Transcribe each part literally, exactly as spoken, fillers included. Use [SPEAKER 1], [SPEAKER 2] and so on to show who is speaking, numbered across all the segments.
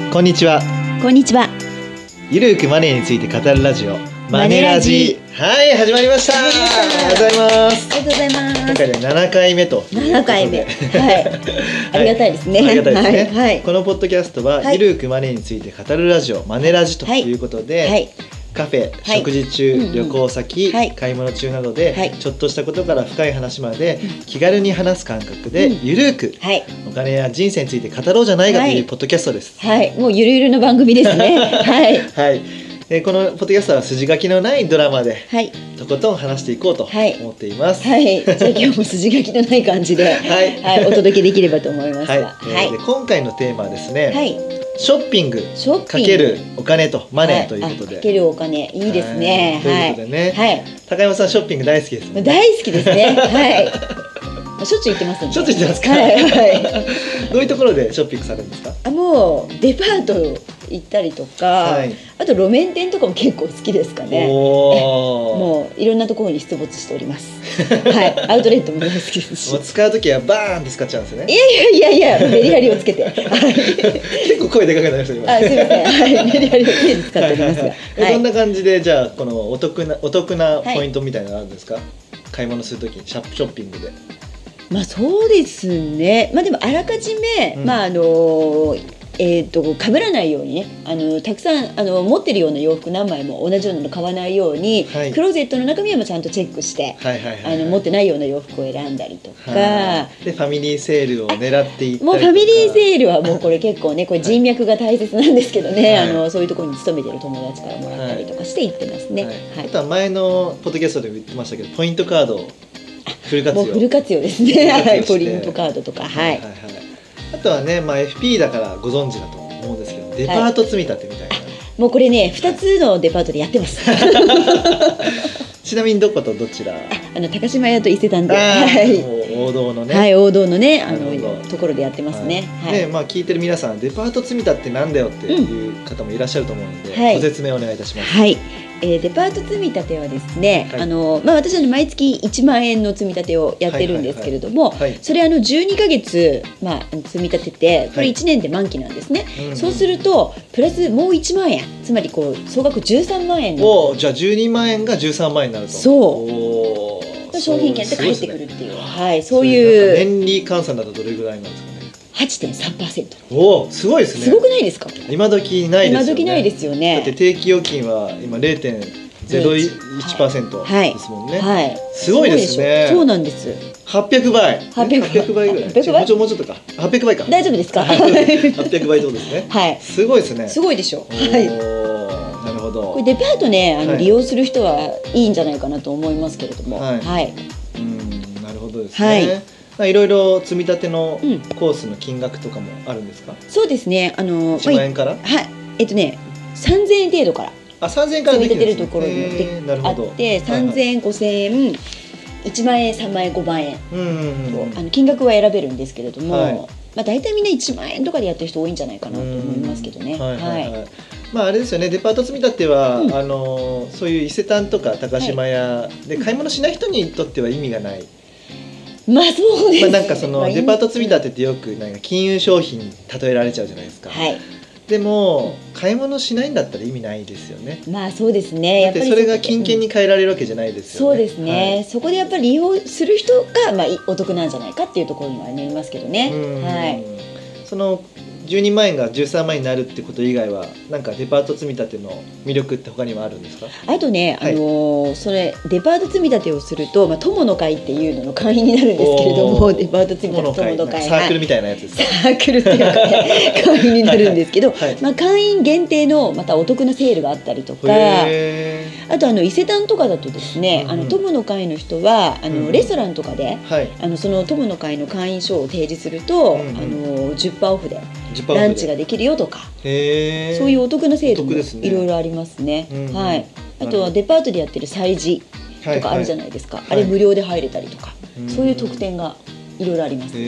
[SPEAKER 1] こんにちは。
[SPEAKER 2] こんにちは。
[SPEAKER 1] ゆるくマネーについて語るラジオマネラジ。はい、始まりました。ありがとうございます。
[SPEAKER 2] ありがとうございます。
[SPEAKER 1] 今回でななかいめということで。
[SPEAKER 2] ななかいめ。はい。ありがたいですね。
[SPEAKER 1] ありがたいですね。
[SPEAKER 2] はい。
[SPEAKER 1] このポッドキャストは、
[SPEAKER 2] はい、
[SPEAKER 1] ゆるくマネーについて語るラジオマネラジということで、はいはい、カフェ、はい、食事中、うんうん、旅行先、はい、買い物中などで、はい、ちょっとしたことから深い話まで、うん、気軽に話す感覚で、うん、ゆるく、はい、お金や人生について語ろうじゃないかというポッドキャストです。
[SPEAKER 2] はい、はい、もうゆるゆるの番組ですね。はい。
[SPEAKER 1] はい。でこのポッドキャストは筋書きのないドラマで、はい、とことん話していこうと思っています。
[SPEAKER 2] はい。はい、じゃあ今日も筋書きのない感じで、はい、はい、お届けできればと思いますが、はい。
[SPEAKER 1] はい、で今回のテーマはですね、はい、ショッピングかけるお金とマネーということで、
[SPEAKER 2] かけるお金いいですね。
[SPEAKER 1] ということでね、はい、高山さんショッピング大好きですもんね。
[SPEAKER 2] 大好きですね。はい。しょっちゅう行ってますんで。
[SPEAKER 1] しょっちゅう行ってますか。はい、はい。どういうところでショッピングされるんですか。あ、
[SPEAKER 2] もうデパート行ったりとか、はい、あと路面店とかも結構好きですかね。もういろんなところに出没しております。はい。アウトレットも大好きですし。
[SPEAKER 1] もう使うときはバーンって使っちゃうんですよね。
[SPEAKER 2] いやいやいやいや、メリハリをつけて。はい、
[SPEAKER 1] 結構声でかくなりました今。
[SPEAKER 2] あ、すみません。はい、メリハリをつけて使っておりますが。
[SPEAKER 1] どんな感じでじゃあこのお得なお得なポイントみたいなのあるんですか。はい、買い物するときにショッピングで。
[SPEAKER 2] まあそうですね。まあでもあらかじめ、うん、まああのえっと被らないようにね、あのたくさんあの持ってるような洋服何枚も同じようなの買わないように、はい、クローゼットの中身はもちゃんとチェックして、あの持ってないような洋服を選んだりとか、
[SPEAKER 1] でファミリーセールを狙っていったりとか。
[SPEAKER 2] もうファミリーセールはもうこれ結構ね、これ人脈が大切なんですけどね、はい、あのそういうところに勤めてる友達からもらったりとかして行ってますね。はいはい、
[SPEAKER 1] あとは前のポッドキャストでも言ってましたけど、ポイントカードをフル活用。
[SPEAKER 2] もうフル活用ですね。はい、ポイントカードとか、はい。はいはいはい、
[SPEAKER 1] あとはね、まあ エフピー だからご存知だと思うんですけど、デパート積み立てみたいな。はい、
[SPEAKER 2] もうこれね、ふたつのデパートでやってます。
[SPEAKER 1] ちなみにどことどちら？
[SPEAKER 2] あの高島屋と伊勢丹で、
[SPEAKER 1] はい、王道のね、
[SPEAKER 2] はい、王道のね、あのところでやってますね。
[SPEAKER 1] はい、で、まあ聞いてる皆さん、デパート積み立てってなんだよっていう方もいらっしゃると思うので、うん、ご説明お願いいたします。
[SPEAKER 2] はい。えー、デパート積み立てはですね、はい、あのまあ、私は毎月いちまんえんの積み立てをやってるんですけれども、それあのじゅうにかげつ、まあ、積み立ててこれいちねんで満期なんですね。はい、そうするとプラスもういちまんえん、つまりこう総額じゅうさんまんえんの。
[SPEAKER 1] お、じゃあじゅうにまんえんがじゅうさんまんえんになると。
[SPEAKER 2] そう。商品券で返ってくるっていう、はい、そういう
[SPEAKER 1] 年利換算だとどれぐらいなんですかね。
[SPEAKER 2] はちてんさんパーセント。
[SPEAKER 1] おお、すごいですね。
[SPEAKER 2] すごくないですか。
[SPEAKER 1] 今時ないですよね。
[SPEAKER 2] 今時ないですよね。
[SPEAKER 1] だって定期預金は今 ゼロてんゼロいちパーセント ですもんね。はい。はい、すごいですね。
[SPEAKER 2] そうなんです。
[SPEAKER 1] はっぴゃくばい。はっぴゃくばいぐらい。もうちょもうちょっとか。はっぴゃくばいか。
[SPEAKER 2] 大丈夫ですか。は
[SPEAKER 1] っぴゃくばいそうですね。はい。すごいですね。
[SPEAKER 2] すごいでしょ。はい。
[SPEAKER 1] なるほど。
[SPEAKER 2] これデパートね、あの利用する人はいいんじゃないかなと思いますけれども。はい。はい、
[SPEAKER 1] うん、なるほどですね。はい。いろいろ積み立てのコースの金額とかもあるんですか。
[SPEAKER 2] うん、そうですね。あの
[SPEAKER 1] いちまんえんから。
[SPEAKER 2] はい。えっとね、さんぜんえん程度から。
[SPEAKER 1] あ、さんぜんえんから
[SPEAKER 2] 積み立てるところにあって、さんぜんえん、ごせんえん、いちまんえん、さんまんえん、ごまんえんとあの金額は選べるんですけれども、はい、まあ大体みんないちまんえんとかでやってる人多いんじゃないかなと思いますけどね。はい。
[SPEAKER 1] まああれですよね、デパート積み立ては、うん、あのそういう伊勢丹とか高島屋で買い物しない人にとっては意味がない。
[SPEAKER 2] まあそうです。
[SPEAKER 1] まあなんかそのデパート積み立てってよくなんか金融商品に例えられちゃうじゃないですか。はい。でも買い物しないんだったら意味ないですよね。
[SPEAKER 2] まあそうですね。
[SPEAKER 1] やっぱりそれが金券に変えられるわけじゃないですよね。
[SPEAKER 2] そうですね。はい、そこでやっぱり利用する人がまあお得なんじゃないかっていうところにはなりますけどね。はい。
[SPEAKER 1] そのじゅうにまんえんがじゅうさんまんえんになるってこと以外はなんかデパート積み立ての魅力って他にはあるんですか。
[SPEAKER 2] あとね、はい、あのー、それデパート積み立てをすると、まあ、友の会っていうのの会員になるんですけれども、デパート積み立て友の会、
[SPEAKER 1] サークルみたいなやつですか。
[SPEAKER 2] サークルっていうかね会員になるんですけど、はいはい、まあ、会員限定のまたお得なセールがあったりとか、あとあの伊勢丹とかだとですね、うんうん、あの友の会の人はあの、うん、レストランとかで、はい、あのその友の会の会員証を提示すると、うんうん、あの じゅっパーセント オフでランチができるよとか、へそういうお得な制度もいろいろありますね。はい。あとはデパートでやってる催事とかあるじゃないですか。はいはい、あれ無料で入れたりとか、はい、そういう特典がいろいろあります。はい。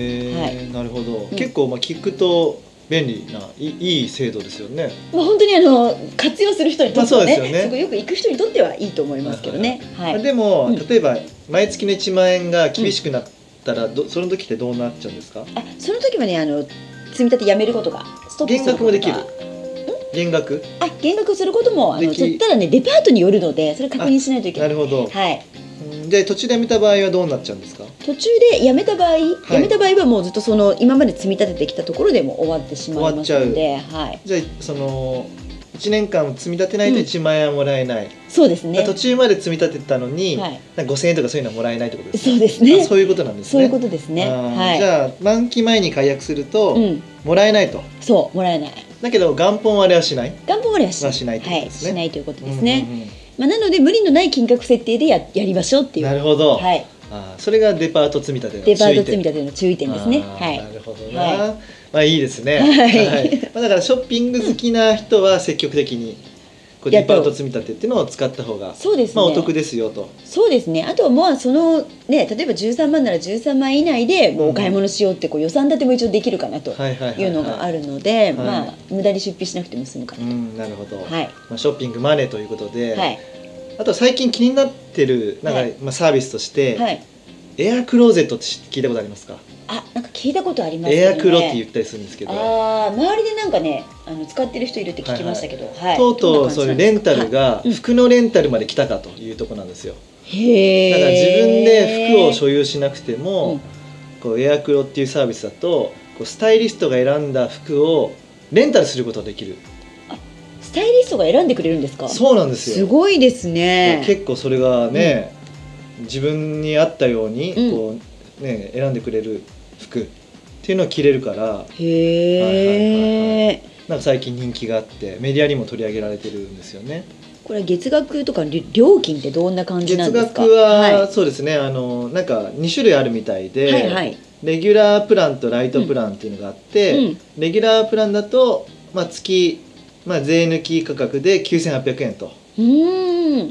[SPEAKER 1] なるほど。うん、結構まあ聞くと便利ないい制度ですよね。
[SPEAKER 2] まあ本当にあの活用する人にとってはね、すごいよく行く人にとってはいいと思いますけどね。
[SPEAKER 1] はい。でも、うん、例えば毎月のいちまんえんが厳しくなったら、うん、どその時ってどうなっちゃうんですか。
[SPEAKER 2] あ、その時はね、あの積み立てやめることがストップすることが
[SPEAKER 1] 減額？
[SPEAKER 2] あ、減額することもあのそしたらねデパートによるのでそれ確認しないといけない。
[SPEAKER 1] なるほど。
[SPEAKER 2] はい。
[SPEAKER 1] で途中でやめた場合はどうなっちゃうんですか？
[SPEAKER 2] 途中でやめた場合、はい、やめた場合はもうずっとその今まで積み立ててきたところでも終わってしまいますので、はい。
[SPEAKER 1] じゃあそのいちねんかん積み立てないといちまんえんはもらえない、うん、
[SPEAKER 2] そうですね。
[SPEAKER 1] 途中まで積み立てたのに、はい、ごせんえんとかそういうのはもらえないってことですか？
[SPEAKER 2] そうですね。
[SPEAKER 1] そういうことなんですね。
[SPEAKER 2] そういうことですね。はい、
[SPEAKER 1] じゃあ満期前に解約すると、うん、もらえないと。
[SPEAKER 2] そうもらえない。
[SPEAKER 1] だけど元本割れはしない。
[SPEAKER 2] 元本割れはしない。
[SPEAKER 1] しないということですね。
[SPEAKER 2] はい、しないということですね。うんうんうん、まあ、なので無理のない金額設定で や, やりましょうっていう。
[SPEAKER 1] なるほど。
[SPEAKER 2] はい。
[SPEAKER 1] あ、それがデパート積み立ての
[SPEAKER 2] 注意点。デパート積み立ての注意点ですね。はい。
[SPEAKER 1] なるほどな。はい、まあいいですね。はい。はい、まあだからショッピング好きな人は積極的にこうデパート積み立てっていうのを使った方が、そうですね、まあお得ですよと。
[SPEAKER 2] そうですね。あとはもうそのね、例えばじゅうさんまんならじゅうさんまん以内でもうお買い物しようってこう予算立ても一応できるかなというのがあるので、まあ無駄に出費しなくても済むかなと。うん、
[SPEAKER 1] なるほど。
[SPEAKER 2] はい。
[SPEAKER 1] まあショッピングマネーということで、
[SPEAKER 2] はい。
[SPEAKER 1] あと最近気になってるなんか、はい、まあサービスとして、はい、エアクローゼットって聞いたことありますか？
[SPEAKER 2] あ、なんか聞いたことありますけ
[SPEAKER 1] どね。エアクロって言ったりするんですけど、
[SPEAKER 2] ああ、周りでなんかね、あの使ってる人いるって聞きましたけど、はいはい、
[SPEAKER 1] とうとうそういうレンタルが服のレンタルまで来たかというところなんですよ。へえ。だから自分で服を所有しなくても、うん、こうエアクロっていうサービスだとこうスタイリストが選んだ服をレンタルすることができる。
[SPEAKER 2] あ、スタイリストが選んでくれるんですか？
[SPEAKER 1] そうなんですよ。
[SPEAKER 2] すごいですね。
[SPEAKER 1] 結構それがね、うん、自分に合ったようにこう、ね、選んでくれる服っていうのを着れるから、へえ、なんか最近人気があってメディアにも取り上げられてるんですよね。
[SPEAKER 2] これ月額とか料金ってどんな感じなんですか？
[SPEAKER 1] 月額は、はい、そうですね、あのなんかに種類あるみたいで、はいはい、レギュラープランとライトプランっていうのがあって、うん、レギュラープランだと、まあ、月、まあ、税抜き価格できゅうせんはっぴゃくえんと。うん、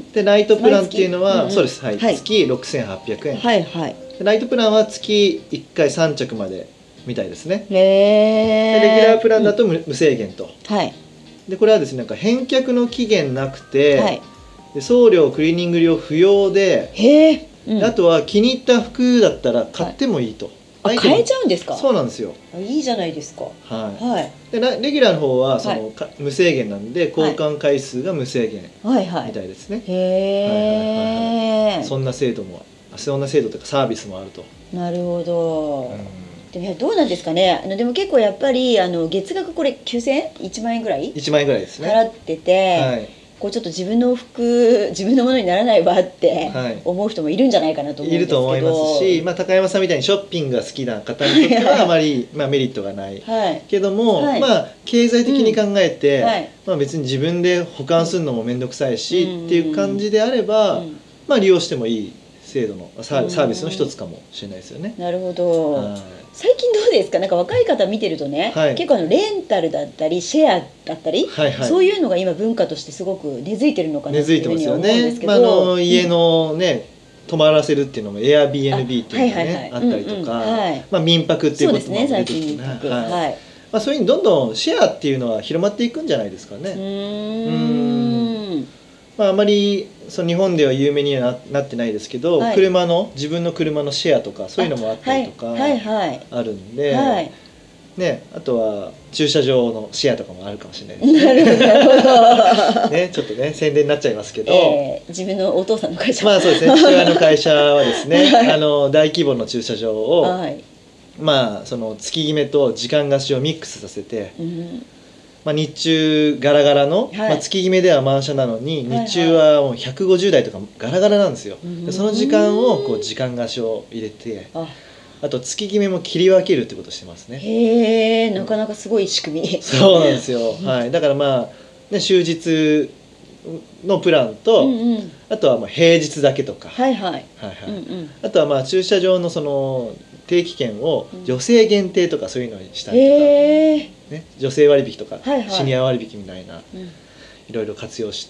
[SPEAKER 1] でライトプランっていうのは、うんうん、そうです、はい、はい、月ろくせんはっぴゃくえん、はいはい、ライトプランは月いっかいさん着までみたいですね。へー。でレギュラープランだと 無,、うん、無制限と、はい、でこれはですね、なんか返却の期限なくて、はい、で送料クリーニング料不要で、へー、うん、あとは気に入った服だったら買ってもいいと、
[SPEAKER 2] はい、あ、買えちゃうんですか？そう
[SPEAKER 1] なんですよ。
[SPEAKER 2] あ、いいじゃないですか。
[SPEAKER 1] はい、はい、でレギュラーの方はその、はい、無制限なんで交換回数が無制限みたいですね。はいはい、へえ。そんな制度も、そんな制度というかサービスもあると。
[SPEAKER 2] なるほど。うん、でもどうなんですかね。あのでも結構やっぱりあの月額これきゅうせんえんいちまんえんぐらい
[SPEAKER 1] いちまんえんぐらいですね
[SPEAKER 2] 払ってて、はい、こうちょっと自分の服自分のものにならないわって思う人もいるんじゃないかなと思うんですけど、
[SPEAKER 1] いると思いますし、まあ、高山さんみたいにショッピングが好きな方にとってはあまりまあメリットがない、はい、けども、はい、まあ経済的に考えて、うん、はい、まあ、別に自分で保管するのも面倒くさいし、うん、っていう感じであれば、うん、まあ利用してもいい制度のサービスの一つかもしれないですよね。
[SPEAKER 2] なるほど。はい、最近どうですか？なんか若い方見てるとね、はい、結構あのレンタルだったりシェアだったり、はいはい、そういうのが今文化としてすごく根付いてるのかなっていうふうには思うんですけど、根付いてますよね。まあ、あの家のね、うん、泊まらせるっていうのも Airbnb っていうのがね、あったりとか、まあ民泊っていうことも出てきてね、はい、まあそういうふうにどんどんシェアっていうのは広まっていくんじゃないですかね。うーん、まあ、あまりその日本では有名には な, なってないですけど、はい、車の自分の車のシェアとかそういうのもあったりとかあるんで、はいはい、ね、あとは駐車場のシェアとかもあるかもしれないですね。なるほどね、ちょっとね宣伝になっちゃいますけど、えー、自分のお父さんの会社、
[SPEAKER 1] まあそうですね、父親の会社はですね、はい、あの大規模の駐車場を、はい、まあその月決めと時間貸しをミックスさせて、うん、まあ、日中ガラガラの、はい、まあ、月決めでは満車なのに日中はもうひゃくごじゅうだいとかガラガラなんですよ。でその時間をこう時間貸しを入れて、ああと月決めも切り分けるってことをしてますね。
[SPEAKER 2] へえ、なかなかすごい仕組み。
[SPEAKER 1] そうなんですよ、はい、だからまあ、ね、終日のプランと、うんうん、あとはまあ平日だけとか、はいはいはいはい、うんうん、あとはまあ駐車場のその定期券を女性限定とかそういうのにしたりとか、ね、女性割引とか、はいはい、シニア割引みたいな、うん、いろいろ活用して、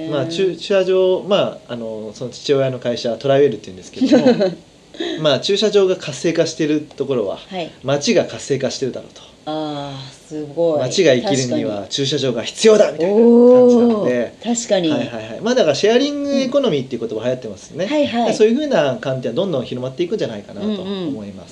[SPEAKER 1] まあ、駐車場、まあ、あのその父親の会社はトライウェルっていうんですけどもまあ駐車場が活性化してるところは、はい、街が活性化してるだろうと。
[SPEAKER 2] あー、すごい。
[SPEAKER 1] 街が生きるには駐車場が必要だみたいな感じなので、
[SPEAKER 2] 確かに、
[SPEAKER 1] はいはいはい、まあだからシェアリングエコノミーっていう言葉流行ってますね、うん、はいはい、そういうふうな観点はどんどん広まっていくんじゃないかなと思います。
[SPEAKER 2] うんうん、そう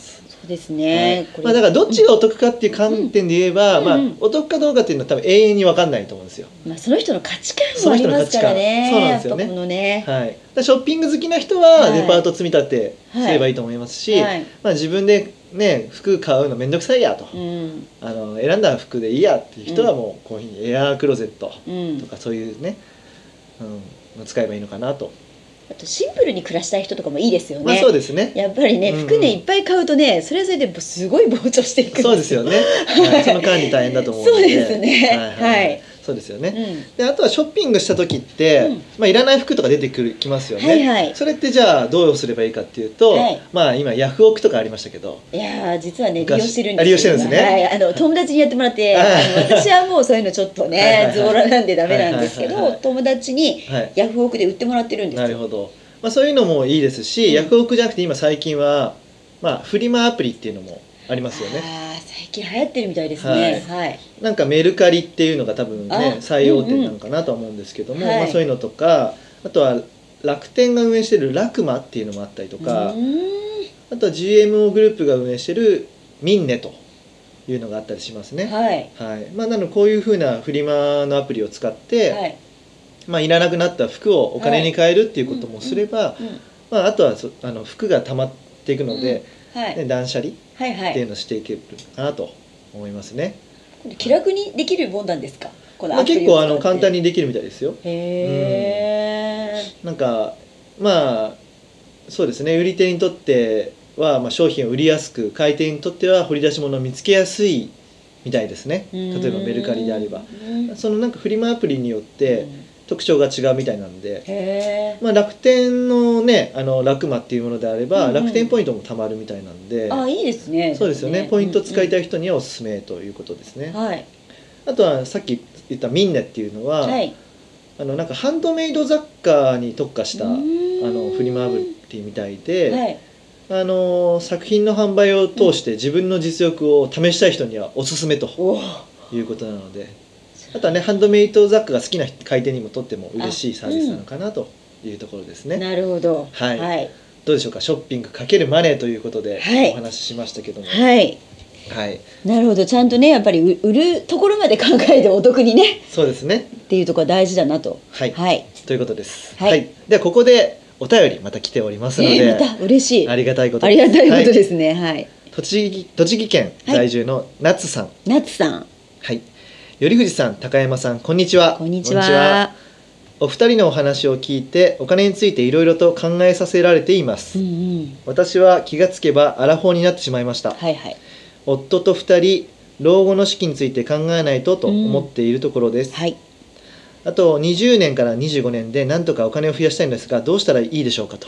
[SPEAKER 2] ですね、
[SPEAKER 1] はい、まあ、だからどっちがお得かっていう観点で言えば、うん、まあ、お得かどうかっていうのは多分永遠に分かんないと思うんですよ。
[SPEAKER 2] まあ、その人の価値観もありますからね。
[SPEAKER 1] そうなんですよね。
[SPEAKER 2] やっぱこのね、
[SPEAKER 1] はい、だショッピング好きな人はデパート積み立てすればいいと思いますし、はいはい、まあ、自分でね服買うのめんどくさいやと、うん、あの選んだ服でいいやっていう人はもうこういうふうにエアークローゼットとかそういうね、うん、使えばいいのかなと。
[SPEAKER 2] あとシンプルに暮らしたい人とかもいいですよね。
[SPEAKER 1] まあそうですね。
[SPEAKER 2] やっぱりね、うんうん、服ねいっぱい買うとね、それはそれですごい膨張していくんですよ。
[SPEAKER 1] そうですよね。はい、その管理大変だと思うので。
[SPEAKER 2] そうですね。はい、はいはい、
[SPEAKER 1] そうですよね。うん、であとはショッピングした時って、うん、まあいらない服とか出てくるきますよね。はいはい、それってじゃあどうすればいいかっていうと、はい、まあ今ヤフオクとかありましたけど。
[SPEAKER 2] いや実はね利用してるんですよ。
[SPEAKER 1] 利用してるんですね。
[SPEAKER 2] はい、あの友達にやってもらって、あの私はもうそういうのちょっとねズボラなんでダメなんですけど、友達にヤフオクで売ってもらってるんですよ。
[SPEAKER 1] なるほど。まあ、そういうのもいいですし、うん、ヤフオクじゃなくて今最近は、まあ、フリマアプリっていうのもありますよね。
[SPEAKER 2] あ最近流行ってるみたいですね、はいはい、
[SPEAKER 1] なんかメルカリっていうのが多分ね最大手なのかなとは思うんですけども、うんうん、まあ、そういうのとか、あとは楽天が運営してるラクマっていうのもあったりとか、あとは ジーエムオー グループが運営してるミンネというのがあったりしますね。はいはい、まあ、なのでこういうふうなフリマのアプリを使って、はい、まあ、いらなくなった服をお金に換えるっていうこともすれば、まあ、あとはそあの服が溜まっていくので、うん、はい、ね、断捨離っていうのをしていけるかなと思いますね。
[SPEAKER 2] 気楽にできるもんなんですか？この
[SPEAKER 1] まあ、結構あの簡単にできるみたいですよ。
[SPEAKER 2] へえ、
[SPEAKER 1] うん、なんかまあそうですね、売り手にとっては、まあ、商品を売りやすく、買い手にとっては掘り出し物を見つけやすいみたいですね。例えばメルカリであれば、そのなんかフリマアプリによって特徴が違うみたいなんで、まあ、楽天のね、あのラクマっていうものであれば、うんうん、楽天ポイントもたまるみたいなんで、
[SPEAKER 2] あ、いいですね。
[SPEAKER 1] そうですよね、ポイント使いたい人にはおすすめということですね。はい、あとはさっき言ったミンネっていうのは、はい、あのなんかハンドメイド雑貨に特化したあのフリマアプリみたいで、はい、あの作品の販売を通して自分の実力を試したい人にはおすすめということなので、あとはね、ハンドメイド雑貨が好きな買い手にもとっても嬉しいサービスなのかなというところですね。
[SPEAKER 2] うん、なるほど、
[SPEAKER 1] はい、はい、どうでしょうか。ショッピングかけるマネーということでお話ししましたけども、
[SPEAKER 2] はい、はい、なるほど。ちゃんとねやっぱり売るところまで考えてお得にね、
[SPEAKER 1] そうですね
[SPEAKER 2] っていうところは大事だなと、
[SPEAKER 1] はい、はい、ということです。はい、はい、ではここでお便りまた来ておりますので、
[SPEAKER 2] えー、また嬉しい、
[SPEAKER 1] ありがたいこと
[SPEAKER 2] ありがたいことですね。はい、
[SPEAKER 1] 栃木栃木県在住の夏さん、
[SPEAKER 2] 夏さん、
[SPEAKER 1] はい、頼藤さん、高山さん、こんにちは。
[SPEAKER 2] こんにちは。
[SPEAKER 1] お二人のお話を聞いてお金についていろいろと考えさせられています。うんうん、私は気がつけばアラフォーになってしまいました。はいはい、夫と二人老後の資金について考えないとと思っているところです。うん、はい、あとにじゅうねんからにじゅうごねんでなんとかお金を増やしたいんですがどうしたらいいでしょうかと。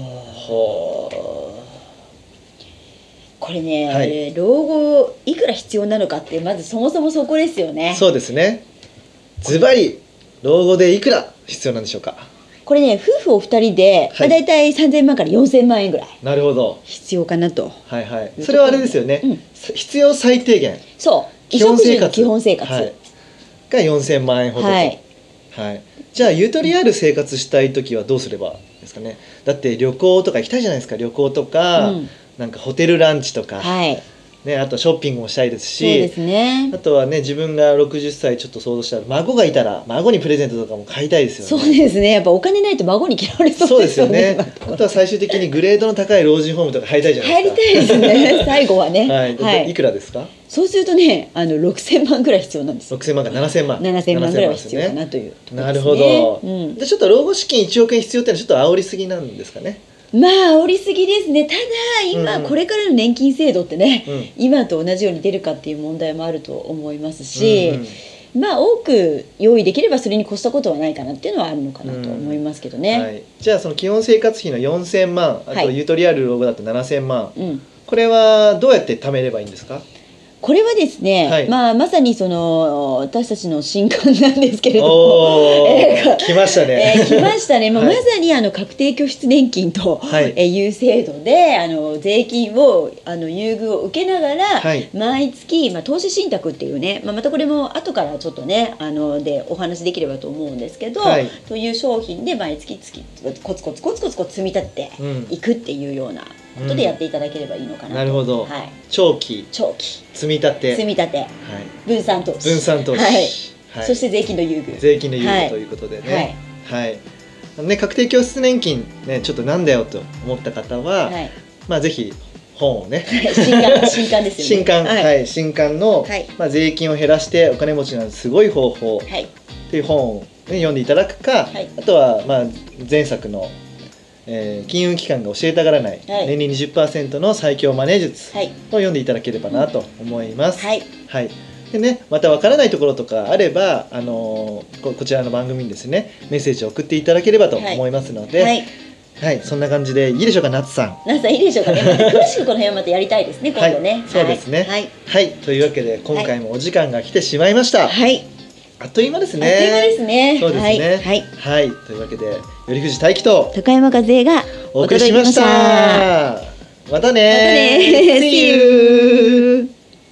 [SPEAKER 2] これね、はい、老後いくら必要なのかってまずそもそもそこですよね。
[SPEAKER 1] そうですね。ズバリ老後でいくら必要なんでしょうか。
[SPEAKER 2] これね、夫婦お二人で、はい、まあ、大体さんぜんまんからよんせんまんえんぐらい
[SPEAKER 1] なるほど
[SPEAKER 2] 必要かなと。
[SPEAKER 1] はいはい、それはあれですよね、うん、必要最低限、
[SPEAKER 2] そう衣食住の基本生活、はい、
[SPEAKER 1] がよんせんまんえんほどと、はいはい、じゃあゆとりある生活したい時はどうすればですかね。だって旅行とか行きたいじゃないですか。旅行とか、うん、なんかホテルランチとか、はいね、あとショッピングもしたいですし、そうですね、あとはね、自分がろくじゅっさいちょっと想像したら孫がいたら孫にプレゼントとかも買いたいですよね。
[SPEAKER 2] そうですね、やっぱお金ないと孫に嫌われそうですよね。
[SPEAKER 1] そうですよね。あとは最終的にグレードの高い老人ホームとか入りたいじゃないですか。
[SPEAKER 2] 入りたいですね最後はね、
[SPEAKER 1] はいはい、いくらですか。
[SPEAKER 2] そうするとね、あのろくせんまんぐらい必要なんです。
[SPEAKER 1] ろくせんまんかななせんまん、
[SPEAKER 2] ななせんまんぐらいは必要かなというところですね。
[SPEAKER 1] なるほど、うん、でちょっと老後資金いちおくえん必要っていうのはちょっと煽りすぎなんですかね。
[SPEAKER 2] まあ煽りすぎですね。ただ今、うん、これからの年金制度ってね、うん、今と同じように出るかっていう問題もあると思いますし、うんうん、まあ多く用意できればそれに越したことはないかなっていうのはあるのかなと思いますけどね。うん、はい、じ
[SPEAKER 1] ゃあその基本生活費のよんせんまん、あとゆとりある老後だとななせんまん、はい、これはどうやって貯めればいいんですか。
[SPEAKER 2] これはですね、はい、まあ、まさにその私たちの新刊なんですけれども、
[SPEAKER 1] えー、来ましたね、
[SPEAKER 2] えー、来ましたね、まあ、はい、まさにあの確定拠出年金という制度で、あの税金をあの優遇を受けながら、はい、毎月、まあ、投資信託っていうね、まあ、またこれも後からちょっとねあのでお話できればと思うんですけど、はい、という商品で毎月月コツコツコツコツコツ積み立てていくっていうようなことでやっていただければいいのかなと、うん、
[SPEAKER 1] なるほど、
[SPEAKER 2] はい、
[SPEAKER 1] 長期
[SPEAKER 2] 長期
[SPEAKER 1] 積み立て
[SPEAKER 2] 積み立て、はい、分散投資
[SPEAKER 1] 分散投資、
[SPEAKER 2] はいはい、そして税金の優遇
[SPEAKER 1] 税金の優遇ということでね、はい、はいね、確定拠出年金、ね、ちょっとなんだよと思った方は、はい、まあぜひ本をね
[SPEAKER 2] 新刊新刊ですよね
[SPEAKER 1] 新刊、はいはい、新刊の、はい、まあ、税金を減らしてお金持ちになるすごい方法っていう本を、ね、読んでいただくか、はい、あとはまあ前作の、えー、金融機関が教えたがらない、はい、年利 にじゅっパーセント の最強マネー術を読んでいただければなと思います。はい、はい、でね、またわからないところとかあれば、あのー、こ, こちらの番組にですねメッセージを送っていただければと思いますので、はいはいはい、そんな感じでいいでしょうか、夏さん。
[SPEAKER 2] 夏さんいいでしょうかね。また詳しくこの辺はまたやりたいですね、今度ね。はい、
[SPEAKER 1] そうですね。はい、はい、というわけで今回もお時間が来てしまいました。はい。あっという間ですね。
[SPEAKER 2] あっという間ですね。
[SPEAKER 1] そうですね。はい。はい、というわけで頼藤大樹と
[SPEAKER 2] 高山和恵が
[SPEAKER 1] お送りしました。またね。またね。See you。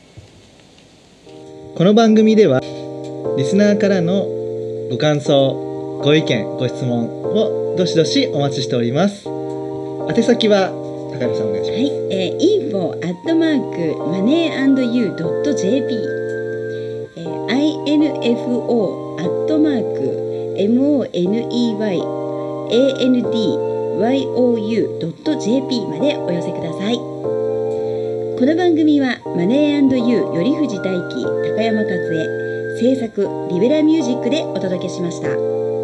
[SPEAKER 1] この番組ではリスナーからのご感想、ご意見、ご質問をどしどしお待ちしております。宛先は高山さんお願いします。はい、
[SPEAKER 2] えー、インフォ アットマーク マネーアンドユー ドット ジェーピー、えー、アイエヌエフオー アットマーク エムオーエヌイーワイ エーエヌディーワイオーユー ドット ジェーピー までお寄せください。この番組はマネーアンドユー頼藤大樹、高山和恵制作リベラミュージックでお届けしました。